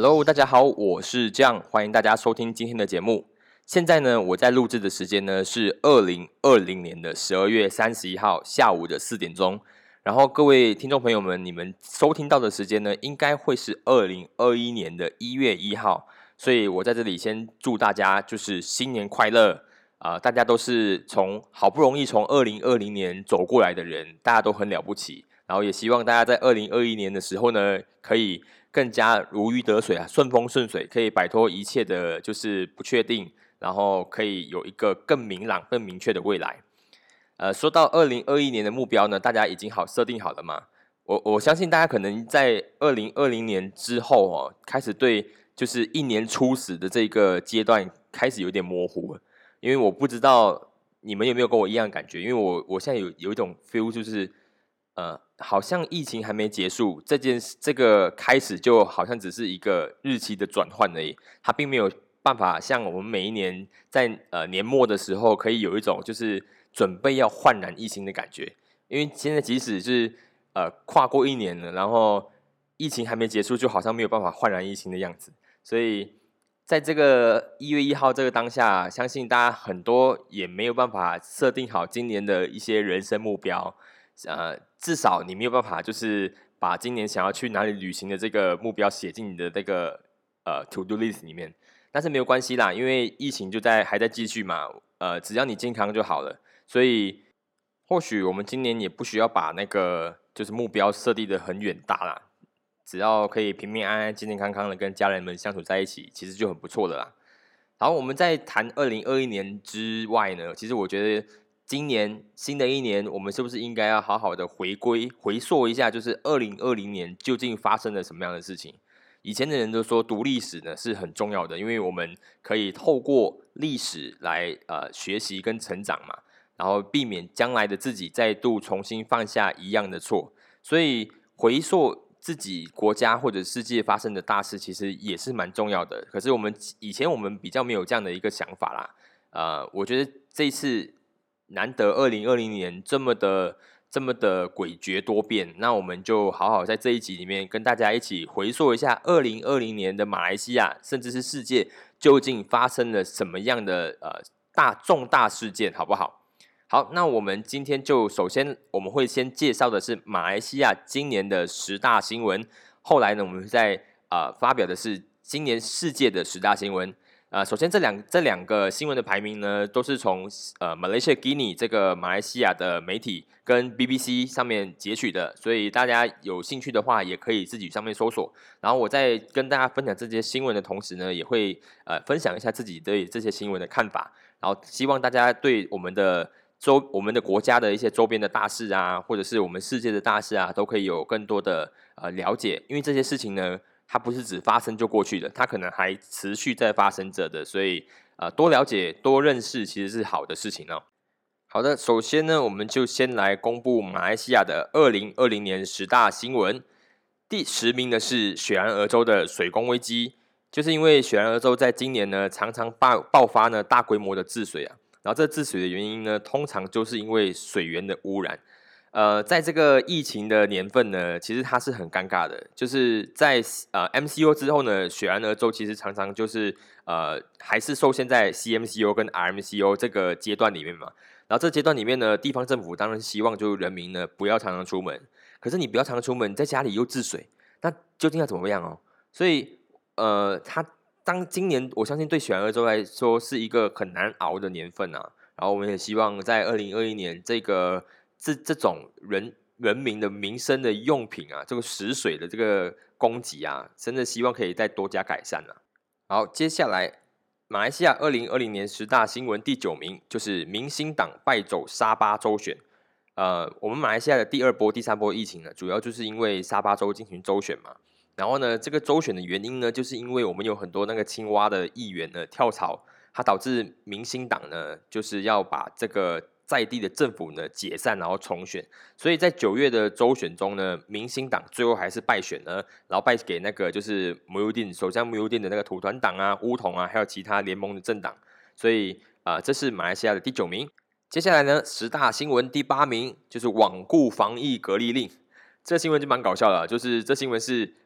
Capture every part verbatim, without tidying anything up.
Hello， 大家好，我是 John， 欢迎大家收听今天的节目。现在呢，我在录制的时间呢是二零二零年的十二月三十一号下午的四点钟。然后各位听众朋友们，你们收听到的时间呢，应该会是二零二一年的一月一号。所以我在这里先祝大家就是新年快乐啊、呃！大家都是从好不容易从二零二零年走过来的人，大家都很了不起。然后也希望大家在二零二一年的时候呢，可以更加如鱼得水啊，顺风顺水，可以摆脱一切的就是不确定，然后可以有一个更明朗、更明确的未来。呃，说到二零二一年的目标呢，大家已经好设定好了吗？我我相信大家可能在二零二零年之后哦，开始对就是一年初始的这个阶段开始有点模糊了，因为我不知道你们有没有跟我一样的感觉，因为我我现在有有一种 feel 就是。呃，好像疫情还没结束，这件这个开始就好像只是一个日期的转换而已，它并没有办法像我们每一年在呃年末的时候，可以有一种就是准备要焕然一新的感觉。因为现在即使是呃跨过一年了，然后疫情还没结束，就好像没有办法焕然一新的样子。所以在这个一月一号这个当下，相信大家很多也没有办法设定好今年的一些人生目标。呃，至少你没有办法，就是把今年想要去哪里旅行的这个目标写进你的这个呃 to do list 里面。但是没有关系啦，因为疫情就在还在继续嘛，呃，只要你健康就好了。所以或许我们今年也不需要把那个就是目标设定的很远大啦，只要可以平平安安、健健康康的跟家人们相处在一起，其实就很不错的啦。然后我们在谈二零二一年之外呢，其实我觉得。今年新的一年，我们是不是应该要好好的回归、回溯一下，就是二零二零年究竟发生了什么样的事情？以前的人都说读历史呢是很重要的，因为我们可以透过历史来呃学习跟成长嘛，然后避免将来的自己再度重新犯下一样的错。所以回溯自己国家或者世界发生的大事，其实也是蛮重要的。可是我们以前我们比较没有这样的一个想法啦。呃，我觉得这一次。难得二零二零年这么的这么的诡谲多变，那我们就好好在这一集里面跟大家一起回溯一下二零二零年的马来西亚，甚至是世界究竟发生了什么样的呃大重大事件，好不好？好，那我们今天就首先我们会先介绍的是马来西亚今年的十大新闻，后来呢，我们在呃发表的是今年世界的十大新闻。呃，首先这两这两个新闻的排名呢，都是从呃 Malaysia Guinea 这个马来西亚的媒体跟 B B C 上面截取的，所以大家有兴趣的话，也可以自己上面搜索。然后我在跟大家分享这些新闻的同时呢，也会呃分享一下自己对这些新闻的看法。然后希望大家对我们的周我们的国家的一些周边的大事啊，或者是我们世界的大事啊，都可以有更多的呃了解，因为这些事情呢。它不是只发生就过去的，它可能还持续在发生着的，所以呃多了解多认识其实是好的事情哦。好的，首先呢，我们就先来公布马来西亚的二零二零年十大新闻。第十名的是雪兰莪州的水工危机，就是因为雪兰莪州在今年呢常常爆爆发呢大规模的治水啊，然后这治水的原因呢，通常就是因为水源的污染。呃，在这个疫情的年份呢，其实它是很尴尬的，就是在呃 M C O 之后呢，雪兰莪州其实常常就是呃还是受限在 C M C O 跟 R M C O 这个阶段里面嘛。然后这阶段里面呢，地方政府当然希望就人民呢不要常常出门，可是你不要常常出门，在家里又治水，那究竟要怎么样哦？所以呃，它当今年我相信对雪兰莪州来说是一个很难熬的年份啊。然后我们也希望在二零二一年这个。这这种人人民的民生的用品啊，这个食水的这个供给啊，真的希望可以再多加改善啊。好，接下来马来西亚二零二零年十大新闻第九名就是民兴党败走沙巴州选。呃，我们马来西亚的第二波、第三波疫情呢，主要就是因为沙巴州进行州选嘛。然后呢，这个州选的原因呢，就是因为我们有很多那个青蛙的议员呢跳槽，它导致民兴党呢就是要把这个。在地的政府呢解散，然后重选，所以在九月的州选中呢，民兴党最后还是败选了，然后败给那个就是慕尤丁首相慕尤丁的那个土团党啊、巫统啊，还有其他联盟的政党，所以啊、呃，这是马来西亚的第九名。接下来呢，十大新闻第八名就是罔顾防疫隔离令，这新闻就蛮搞笑的，就是这新闻是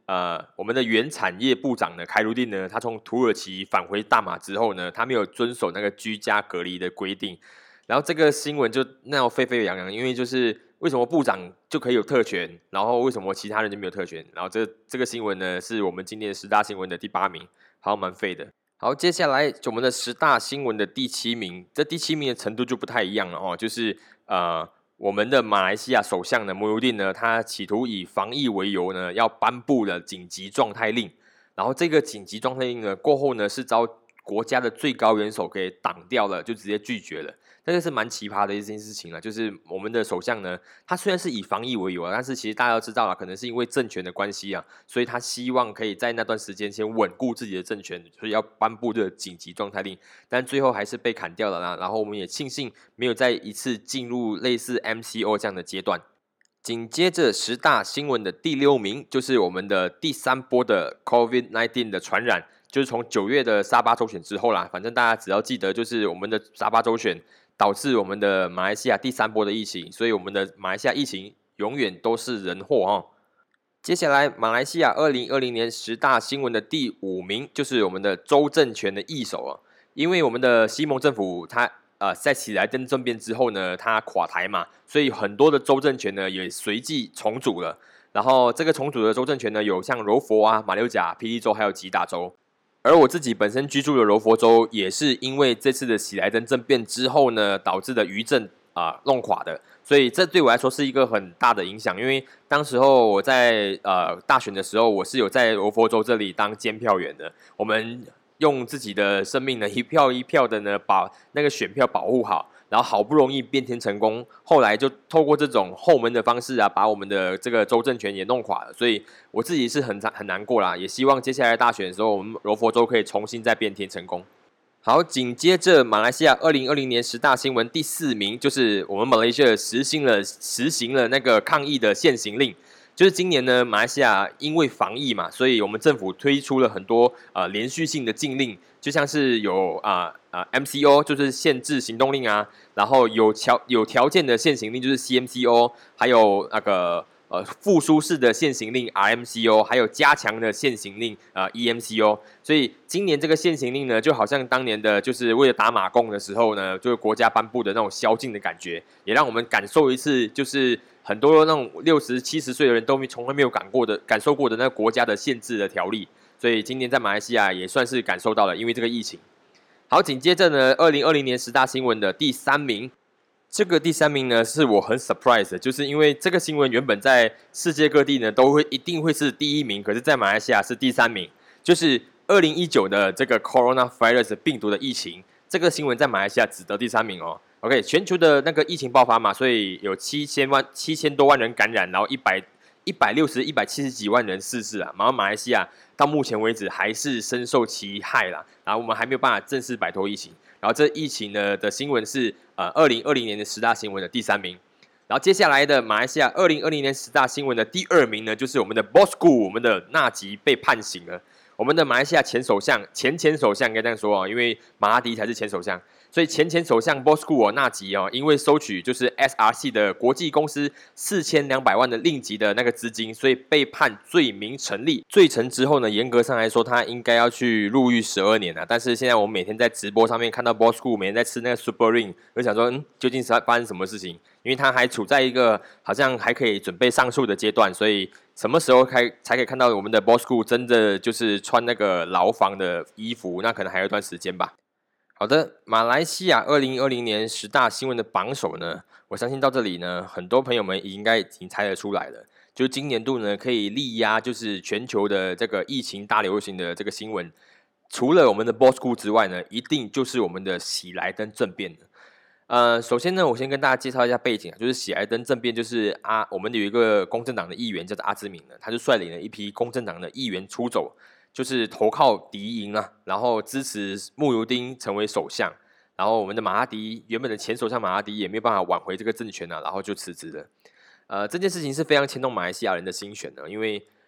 呃，我们的原产业部长呢，凯鲁丁呢，他从土耳其返回大马之后呢，他没有遵守那个居家隔离的规定，然后这个新闻就闹沸沸扬扬，因为就是为什么部长就可以有特权，然后为什么其他人就没有特权？然后这这个新闻呢，是我们今天的十大新闻的第八名，好像蛮废的。好，接下来就我们的十大新闻的第七名，这第七名的程度就不太一样了哦，就是呃，我们的马来西亚首相呢，慕尤丁呢，他企图以防疫为由呢，要颁布了紧急状态令，然后这个紧急状态令呢过后呢，是遭国家的最高元首给挡掉了，就直接拒绝了。这个是蛮奇葩的一件事情了，就是我们的首相呢，他虽然是以防疫为由啊，但是其实大家都知道了，可能是因为政权的关系啊，所以他希望可以在那段时间先稳固自己的政权，所以要颁布这个紧急状态令，但最后还是被砍掉了啦。然后我们也庆幸没有再一次进入类似 M C O 这样的阶段。紧接着十大新闻的第六名，就是我们的第三波的 COVID 十九 的传染，就是从九月的沙巴州选之后啦，反正大家只要记得，就是我们的沙巴州选导致我们的马来西亚第三波的疫情，所以我们的马来西亚疫情永远都是人祸哦。接下来，马来西亚二零二零年十大新闻的第五名，就是我们的州政权的易手啊，因为我们的西蒙政府它呃在喜来登政变之后呢，它垮台嘛，所以很多的州政权呢也随即重组了。然后这个重组的州政权呢，有像柔佛啊、马六甲、霹雳州还有吉打州。而我自己本身居住的柔佛州，也是因为这次的喜来登政变之后呢，导致的余震啊、呃、弄垮的，所以这对我来说是一个很大的影响。因为当时候我在呃大选的时候，我是有在柔佛州这里当监票员的，我们用自己的生命呢，一票一票的呢，把那个选票保护好。然后好不容易变天成功，后来就透过这种后门的方式啊，把我们的这个州政权也弄垮了，所以我自己是很很难过啦，也希望接下来大选的时候，我们柔佛州可以重新再变天成功。好，紧接着马来西亚二零二零年十大新闻第四名，就是我们马来西亚实行了实行了那个抗疫的限行令。就是今年呢，马来西亚因为防疫嘛，所以我们政府推出了很多呃连续性的禁令，就像是有啊啊、呃呃、M C O 就是限制行动令啊，然后有条有条件的限行令就是 C M C O， 还有那个呃复苏式的限行令 R M C O， 还有加强的限行令呃 E M C O。所以今年这个限行令呢，就好像当年的就是为了打马共的时候呢，就是国家颁布的那种宵禁的感觉，也让我们感受一次就是很多那种六十七十岁的人都从来没有感过的感受过的那个国家的限制的条例。所以今年在马来西亚也算是感受到了，因为这个疫情。好，紧接着呢，二零二零年十大新闻的第三名，这个第三名呢是我很 surprise 的，就是因为这个新闻原本在世界各地呢都会一定会是第一名，可是在马来西亚是第三名，就是二零一九的这个 coronavirus 病毒的疫情，这个新闻在马来西亚只得第三名哦。OK， 全球的那个疫情爆发嘛，所以有七千万七千多万人感染，然后一百一百六十一百七十几万人逝世啊。然后马来西亚到目前为止还是深受其害啦，然后我们还没有办法正式摆脱疫情。然后这疫情呢的新闻是呃二零二零年的十大新闻的第三名。然后接下来的马来西亚二零二零年十大新闻的第二名呢，就是我们的 Bosco， 我们的纳吉被判刑了。我们的马来西亚前首相前前首相应该这样说哦，因为马哈迪才是前首相。所以前前首相 Bosco 纳吉哦，因为收取就是 S R C 的国际公司四千两百万的令吉的那个资金，所以被判罪名成立。罪成之后呢，严格上来说，他应该要去入狱十二年啊。但是现在我们每天在直播上面看到 Bosco 每天在吃那个 Super Ring， 我就想说，嗯，究竟是发生什么事情？因为他还处在一个好像还可以准备上诉的阶段，所以什么时候开才可以看到我们的 Bosco 真的就是穿那个牢房的衣服？那可能还有一段时间吧。好的，马来西亚二零二零年十大新闻的榜首呢，我相信到这里呢，很多朋友们应该已经猜得出来了。就今年度呢，可以力压就是全球的这个疫情大流行的这个新闻，除了我们的 Bosco 之外呢，一定就是我们的喜来登政变了。呃，首先呢，我先跟大家介绍一下背景啊，就是喜来登政变，就是啊，我们有一个公正党的议员叫做阿兹敏呢，他就率领了一批公正党的议员出走。就是投靠敌营啊，然后支持慕尤丁成为首相，然后我们的马哈迪原本的前首相马哈迪也没有办法挽回这个政权啊，然后就辞职了。呃，这件事情是非常牵动马来西亚人的心弦的，因为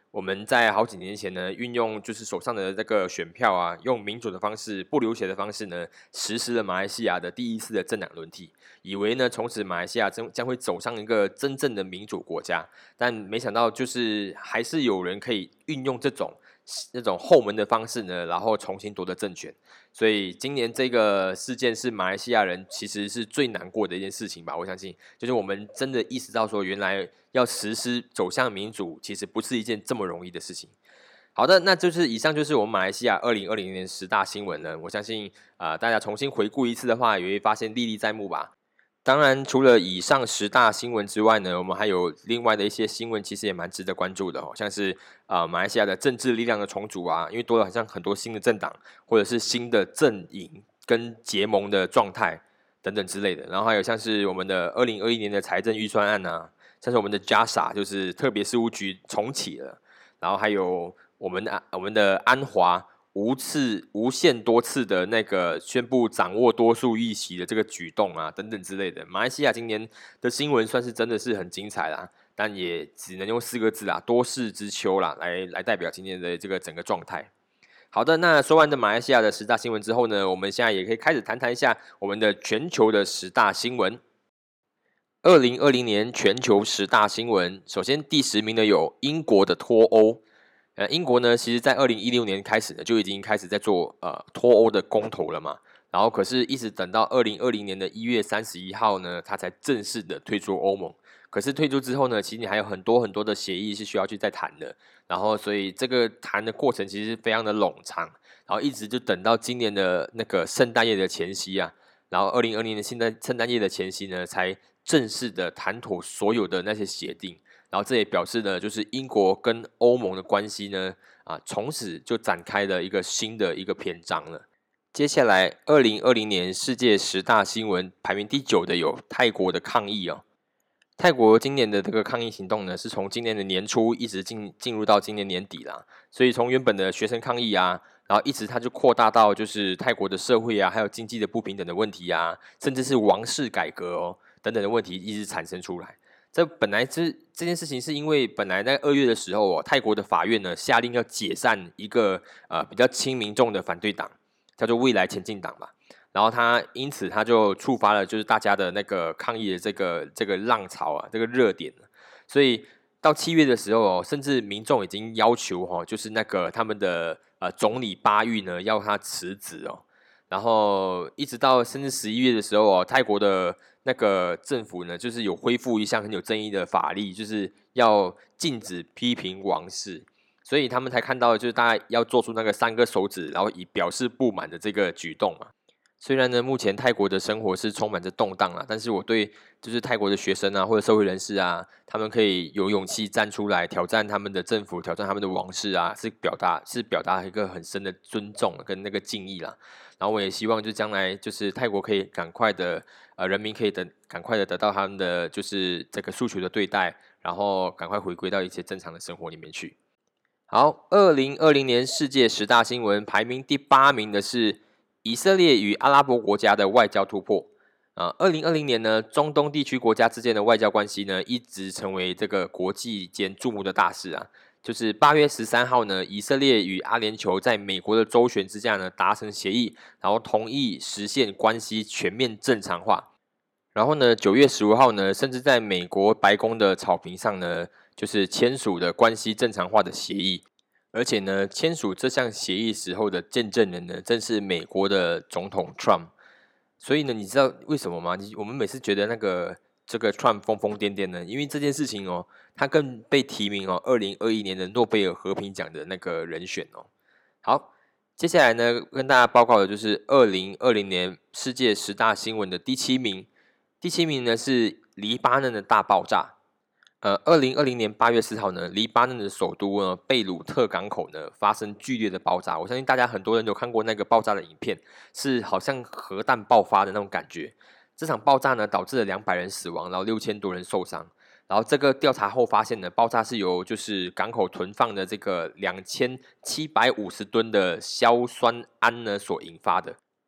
我们在好几年前呢，运用就是手上的这个选票啊，用民主的方式、不流血的方式呢，实施了马来西亚的第一次的政党轮替，以为呢从此马来西亚将将会走上一个真正的民主国家，但没想到就是还是有人可以运用这种那种后门的方式呢，然后重新夺得政权。所以今年这个事件是马来西亚人其实是最难过的一件事情吧，我相信，就是我们真的意识到说，原来要实施走向民主，其实不是一件这么容易的事情。好的，那就是以上就是我们马来西亚二零二零年十大新闻了。我相信啊、呃，大家重新回顾一次的话，也会发现历历在目吧。当然，除了以上十大新闻之外呢，我们还有另外的一些新闻，其实也蛮值得关注的哦。像是啊、呃，马来西亚的政治力量的重组啊，因为多了好像很多新的政党，或者是新的阵营跟结盟的状态等等之类的。然后还有像是我们的二零二一年的财政预算案啊，像是我们的 J A S A 就是特别事务局重启了，然后还有我们的我们的安华。无次无限多次的那个宣布掌握多数议席的这个举动啊，等等之类的，马来西亚今年的新闻算是真的是很精彩啦，但也只能用四个字啊，多事之秋啦，来来代表今天的这个整个状态。好的，那说完的马来西亚的十大新闻之后呢，我们现在也可以开始谈谈一下我们的全球的十大新闻。二零二零年全球十大新闻，首先第十名的有英国的脱欧。呃，英国呢，其实在二零一六年开始呢，就已经开始在做呃脱欧的公投了嘛。然后，可是一直等到二零二零年的一月三十一号呢，它才正式的退出欧盟。可是退出之后呢，其实你还有很多很多的协议是需要去再谈的。然后，所以这个谈的过程其实非常的冗长。然后一直就等到今年的那个圣诞夜的前夕啊，然后二零二零年的圣诞圣诞夜的前夕呢，才正式的谈妥所有的那些协定。然后这也表示呢，就是英国跟欧盟的关系呢，啊，从此就展开了一个新的一个篇章了。接下来，二零二零年世界十大新闻排名第九的有泰国的抗议哦。泰国今年的这个抗议行动呢，是从今年的年初一直进进入到今年年底啦。所以从原本的学生抗议啊，然后一直它就扩大到就是泰国的社会啊，还有经济的不平等的问题啊，甚至是王室改革哦等等的问题一直产生出来。这本来这这件事情是因为本来在二月的时候哦，泰国的法院呢下令要解散一个呃比较亲民众的反对党，叫做未来前进党吧。然后他因此他就触发了就是大家的那个抗议的这个这个浪潮啊，这个热点。所以到七月的时候哦，甚至民众已经要求哦，就是那个他们的呃总理巴育呢要他辞职哦。然后一直到甚至十一月的时候哦，泰国的那个政府呢，就是有恢复一项很有争议的法律，就是要禁止批评王室，所以他们才看到就是大家要做出那个三个手指，然后以表示不满的这个举动嘛。虽然呢，目前泰国的生活是充满着动荡啊，但是我对就是泰国的学生啊，或者社会人士啊，他们可以有勇气站出来挑战他们的政府，挑战他们的王室啊，是表达是表达一个很深的尊重跟那个敬意啦。然后我也希望就将来就是泰国可以赶快的呃人民可以等赶快的得到他们的就是这个诉求的对待，然后赶快回归到一些正常的生活里面去。好，二零二零年世界十大新闻排名第八名的是以色列与阿拉伯国家的外交突破。啊，二零二零年呢，中东地区国家之间的外交关系呢，一直成为这个国际间注目的大事啊。就是八月十三号呢，以色列与阿联酋在美国的周旋之下呢，达成协议，然后同意实现关系全面正常化。然后呢，九月十五号呢，甚至在美国白宫的草坪上呢，就是签署的关系正常化的协议。而且呢，签署这项协议时候的见证人呢，正是美国的总统 Trump。所以呢，你知道为什么吗？我们每次觉得那个这个 Trump 疯疯癫癫呢，因为这件事情哦，他更被提名哦，二零二一年的诺贝尔和平奖的那个人选哦。好，接下来呢，跟大家报告的就是二零二零年世界十大新闻的第七名。第七名呢是黎巴嫩的大爆炸。呃，二零二零年八月四号呢，黎巴嫩的首都呢贝鲁特港口呢发生剧烈的爆炸。我相信大家很多人有看过那个爆炸的影片，是好像核弹爆发的那种感觉。这场爆炸呢导致了两百人死亡，然后六千多人受伤。然后这个调查后发现呢，爆炸是由就是港口囤放的这个两千七百五十吨的硝酸铵呢所引发的。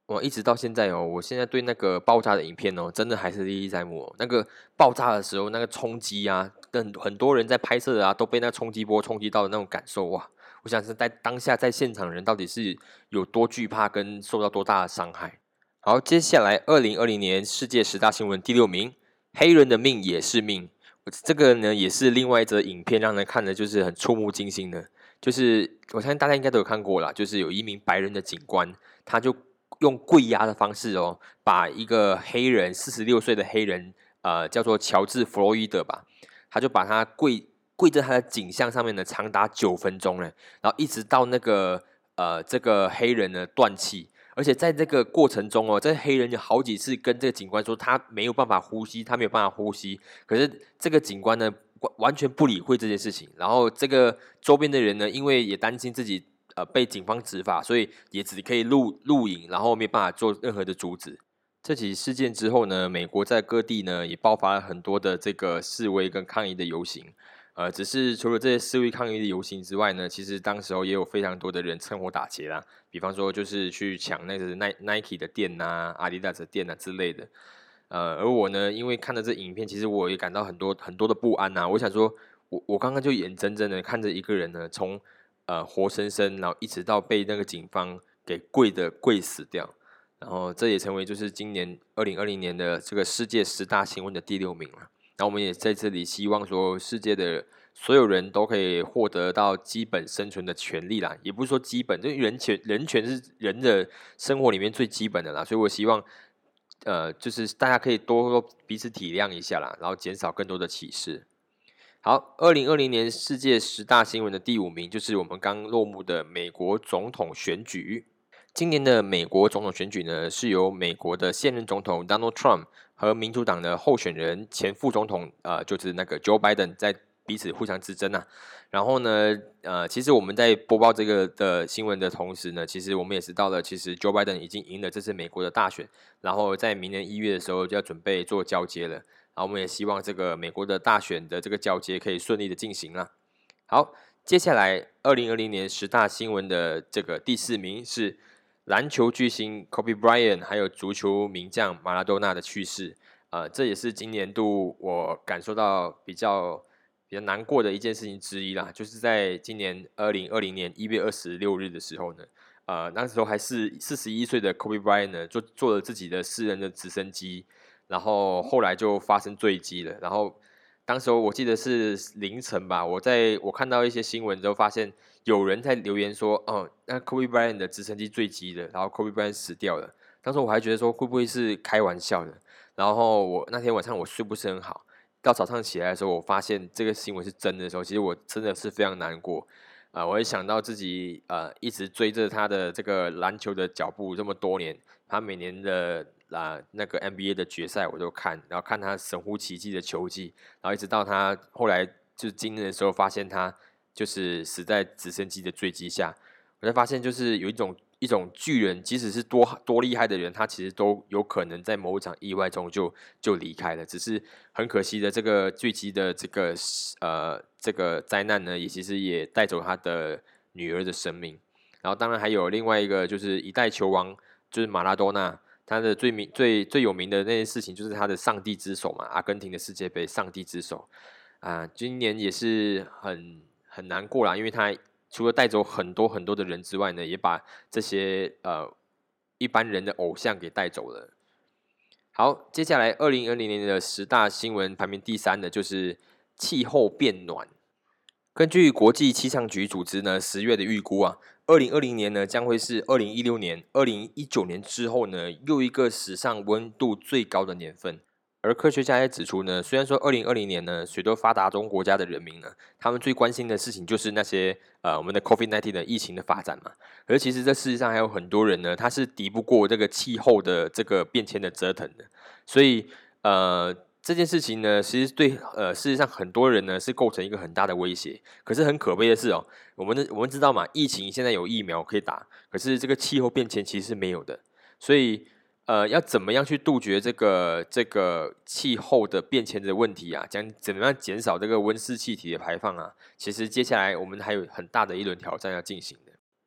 我一直到现在哦，我现在对那个爆炸的影片哦，真的还是历历在目哦。那个爆炸的时候，那个冲击啊，很很多人在拍摄啊，都被那冲击波冲击到的那种感受哇！我想是在当下在现场的人到底是有多惧怕，跟受到多大的伤害。好，接下来二零二零年世界十大新闻第六名，黑人的命也是命。这个呢，也是另外一则影片，让人看的就是很触目惊心的。就是我相信大家应该都有看过啦，就是有一名白人的警官，他就用跪压的方式哦，把一个黑人四十六岁的黑人，呃，叫做乔治·弗洛伊德吧，他就把他跪跪在他的颈项上面呢，长达九分钟呢，然后一直到那个呃这个黑人呢断气。而且在这个过程中哦，这黑人有好几次跟这个警官说他没有办法呼吸，他没有办法呼吸。可是这个警官呢，完完全不理会这件事情。然后这个周边的人呢，因为也担心自己呃被警方执法，所以也只可以录录影，然后没办法做任何的阻止。这起事件之后呢，美国在各地呢也爆发了很多的这个示威跟抗议的游行。呃，只是除了这些示威抗议的游行之外呢，其实当时候也有非常多的人趁火打劫啦。比方说，就是去抢那个 Nike 的店呐、阿迪达斯的店呐之类的。呃，而我呢，因为看了这影片，其实我也感到很多很多的不安呐、我想说，我我刚刚就眼睁睁的看着一个人呢，从呃活生生，然后一直到被那个警方给跪的跪死掉。然后这也成为就是今年二零二零年的这个世界十大新闻的第六名了。那我们也在这里希望说，世界的所有人都可以获得到基本生存的权利啦，也不是说基本，就人权，人权是人的生活里面最基本的啦。所以我希望，呃，就是大家可以多多彼此体谅一下啦，然后减少更多的歧视。好，二零二零年世界十大新闻的第五名就是我们刚落幕的美国总统选举。今年的美国总统选举呢，是由美国的现任总统 Donald Trump 和民主党的候选人前副总统呃，就是那个 Joe Biden 在彼此互相之争啊。然后呢，呃，其实我们在播报这个的新闻的同时呢，其实我们也知道了，其实 Joe Biden 已经赢了这次美国的大选，然后在明年一月的时候就要准备做交接了。然后我们也希望这个美国的大选的这个交接可以顺利的进行啦。好，接下来二零二零年十大新闻的这个第四名是篮球巨星 Kobe Bryant 还有足球名将马拉多纳的去世。呃，这也是今年度我感受到比较比较难过的一件事情之一啦，就是在今年二零二零年一月二十六日的时候呢，呃，那时候还是四十一岁的 Kobe Bryant 呢，就坐了自己的私人的直升机，然后后来就发生坠机了。然后当时候我记得是凌晨吧，我在我看到一些新闻之后，发现有人在留言说，哦，那 Kobe Bryant 的直升机坠机了，然后 Kobe Bryant 死掉了。当时我还觉得说会不会是开玩笑的，然后我那天晚上我睡不是很好，到早上起来的时候，我发现这个新闻是真的时候，其实我真的是非常难过。啊、呃，我也想到自己呃一直追着他的这个篮球的脚步这么多年，他每年的啊、呃、那个 N B A 的决赛我都看，然后看他神乎其技的球技，然后一直到他后来就是今年的时候，发现他就是死在直升机的坠机下，我才发现就是有一种一种巨人，即使是多多厉害的人，他其实都有可能在某一场意外中就就离开了。只是很可惜的，这个坠机的这个呃这个灾难呢，也其实也带走他的女儿的生命。然后当然还有另外一个就是一代球王，就是马拉多纳，他的最名最最有名的那件事情就是他的上帝之手嘛，阿根廷的世界杯上帝之手啊、呃，今年也是很很难过啦，因为他除了带走很多很多的人之外呢，也把这些呃一般人的偶像给带走了。好，接下来二零二零年的十大新闻排名第三的就是气候变暖。根据国际气象局组织呢十月的预估啊，二零二零年呢将会是二零一六年、二零一九年之后呢又一个史上温度最高的年份。而科学家也指出呢，虽然说二零二零年呢，许多发达中国家的人民呢，他们最关心的事情就是那些呃我们的 COVID 十九 的疫情的发展嘛。而其实这世界上还有很多人呢，他是敌不过这个气候的这个变迁的折腾的。所以呃这件事情呢，其实对呃世界上很多人呢是构成一个很大的威胁。可是很可悲的是哦，我们的我们知道嘛，疫情现在有疫苗可以打，可是这个气候变迁其实是没有的。所以呃，要怎么样去杜绝这个这个气候的变迁的问题啊？将怎么样减少这个温室气体的排放啊？其实接下来我们还有很大的一轮挑战要进行的。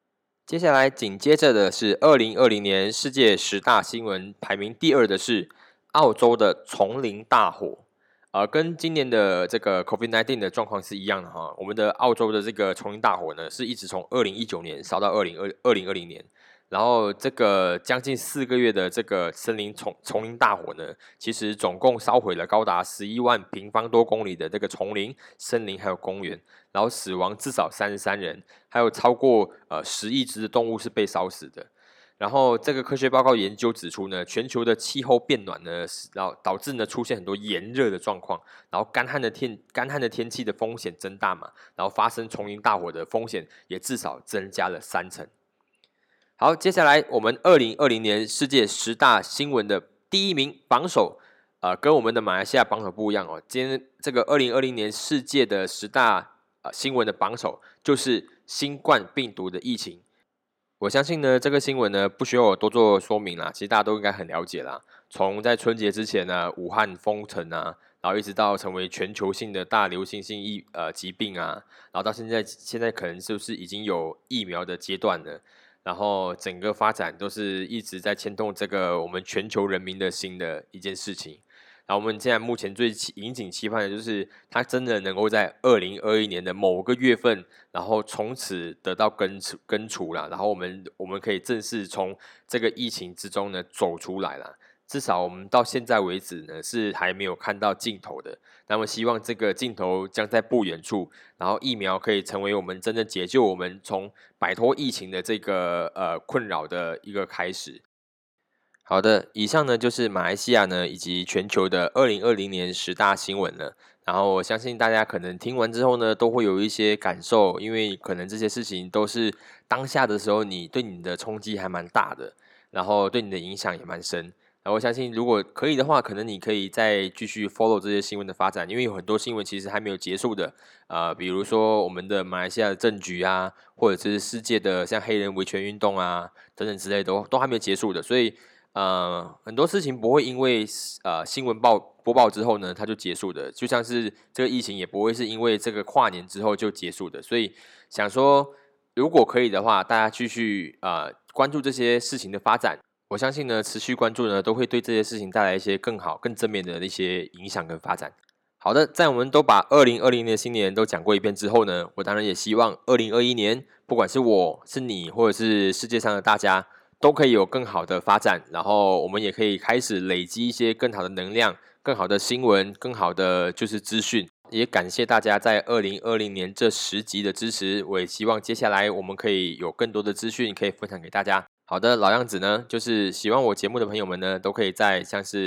接下来紧接着的是二零二零年世界十大新闻，排名第二的是澳洲的丛林大火。呃，跟今年的这个 COVID 十九 的状况是一样的哈。我们的澳洲的这个丛林大火呢，是一直从二零一九年烧到二零二二零二零年，然后这个将近四个月的这个森林丛丛林大火呢，其实总共烧毁了高达十一万平方多公里的这个丛林、森林还有公园，然后死亡至少三十三人，还有超过呃十亿只的动物是被烧死的。然后这个科学报告研究指出呢，全球的气候变暖呢，然后导致呢出现很多炎热的状况，然后干旱的天干旱的天气的风险增大嘛，然后发生丛林大火的风险也至少增加了三成。好，接下来我们二零二零年世界十大新闻的第一名榜首，呃，跟我们的马来西亚榜首不一样哦。今天这个二零二零年世界的十大呃新闻的榜首就是新冠病毒的疫情。我相信呢，这个新闻呢不需要我多做说明啦，其实大家都应该很了解啦。从在春节之前呢，武汉封城啊，然后一直到成为全球性的大流行性疫呃疾病啊，然后到现在现在可能就是已经有疫苗的阶段了，然后整个发展都是一直在牵动这个我们全球人民的心的一件事情。然后我们现在目前最引颈期盼的就是它真的能够在二零二一年的某个月份，然后从此得到根除根除啦，然后我们我们可以正式从这个疫情之中呢走出来啦。至少我们到现在为止呢是还没有看到尽头的。那么希望这个尽头将在不远处，然后疫苗可以成为我们真正解救我们从摆脱疫情的这个呃困扰的一个开始。好的，以上呢就是马来西亚呢以及全球的二零二零年十大新闻了。然后我相信大家可能听完之后呢，都会有一些感受，因为可能这些事情都是当下的时候，你对你的冲击还蛮大的，然后对你的影响也蛮深。然后我相信，如果可以的话，可能你可以再继续 follow 这些新闻的发展，因为有很多新闻其实还没有结束的。呃，比如说我们的马来西亚的政局啊，或者是世界的像黑人维权运动啊等等之类的，都都还没有结束的，所以。呃，很多事情不会因为呃新闻报播报之后呢，它就结束的，就像是这个疫情也不会是因为这个跨年之后就结束的，所以想说，如果可以的话，大家继续呃关注这些事情的发展，我相信呢，持续关注呢，都会对这些事情带来一些更好、更正面的一些影响跟发展。好的，在我们都把二零二零年的新年都讲过一遍之后呢，我当然也希望二零二一年，不管是我是你，或者是世界上的大家。都可以有更好的发展，然后我们也可以开始累积一些更好的能量、更好的新闻、更好的就是资讯。也感谢大家在二零二零年这十集的支持，我也希望接下来我们可以有更多的资讯可以分享给大家。好的，老样子呢，就是喜欢我节目的朋友们呢，都可以在像是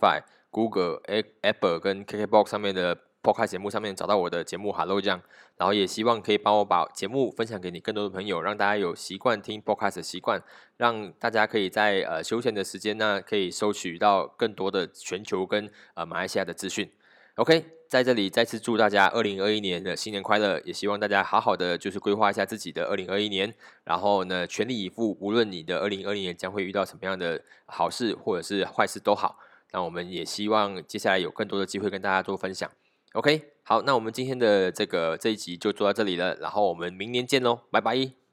Spotify、Google、Apple 跟 K K B O X 上面的 Podcast 节目上面找到我的节目 Hello 这样，然后也希望可以帮我把节目分享给你更多的朋友，让大家有习惯听 Podcast 的习惯，让大家可以在呃休闲的时间呢，可以收取到更多的全球跟呃马来西亚的资讯。OK， 在这里再次祝大家二零二一年的新年快乐，也希望大家好好的就是规划一下自己的二零二一年，然后呢全力以赴，无论你的二零二零年将会遇到什么样的好事或者是坏事都好，那我们也希望接下来有更多的机会跟大家做分享。OK， 好，那我们今天的这个这一集就做到这里了，然后我们明年见喽，拜拜。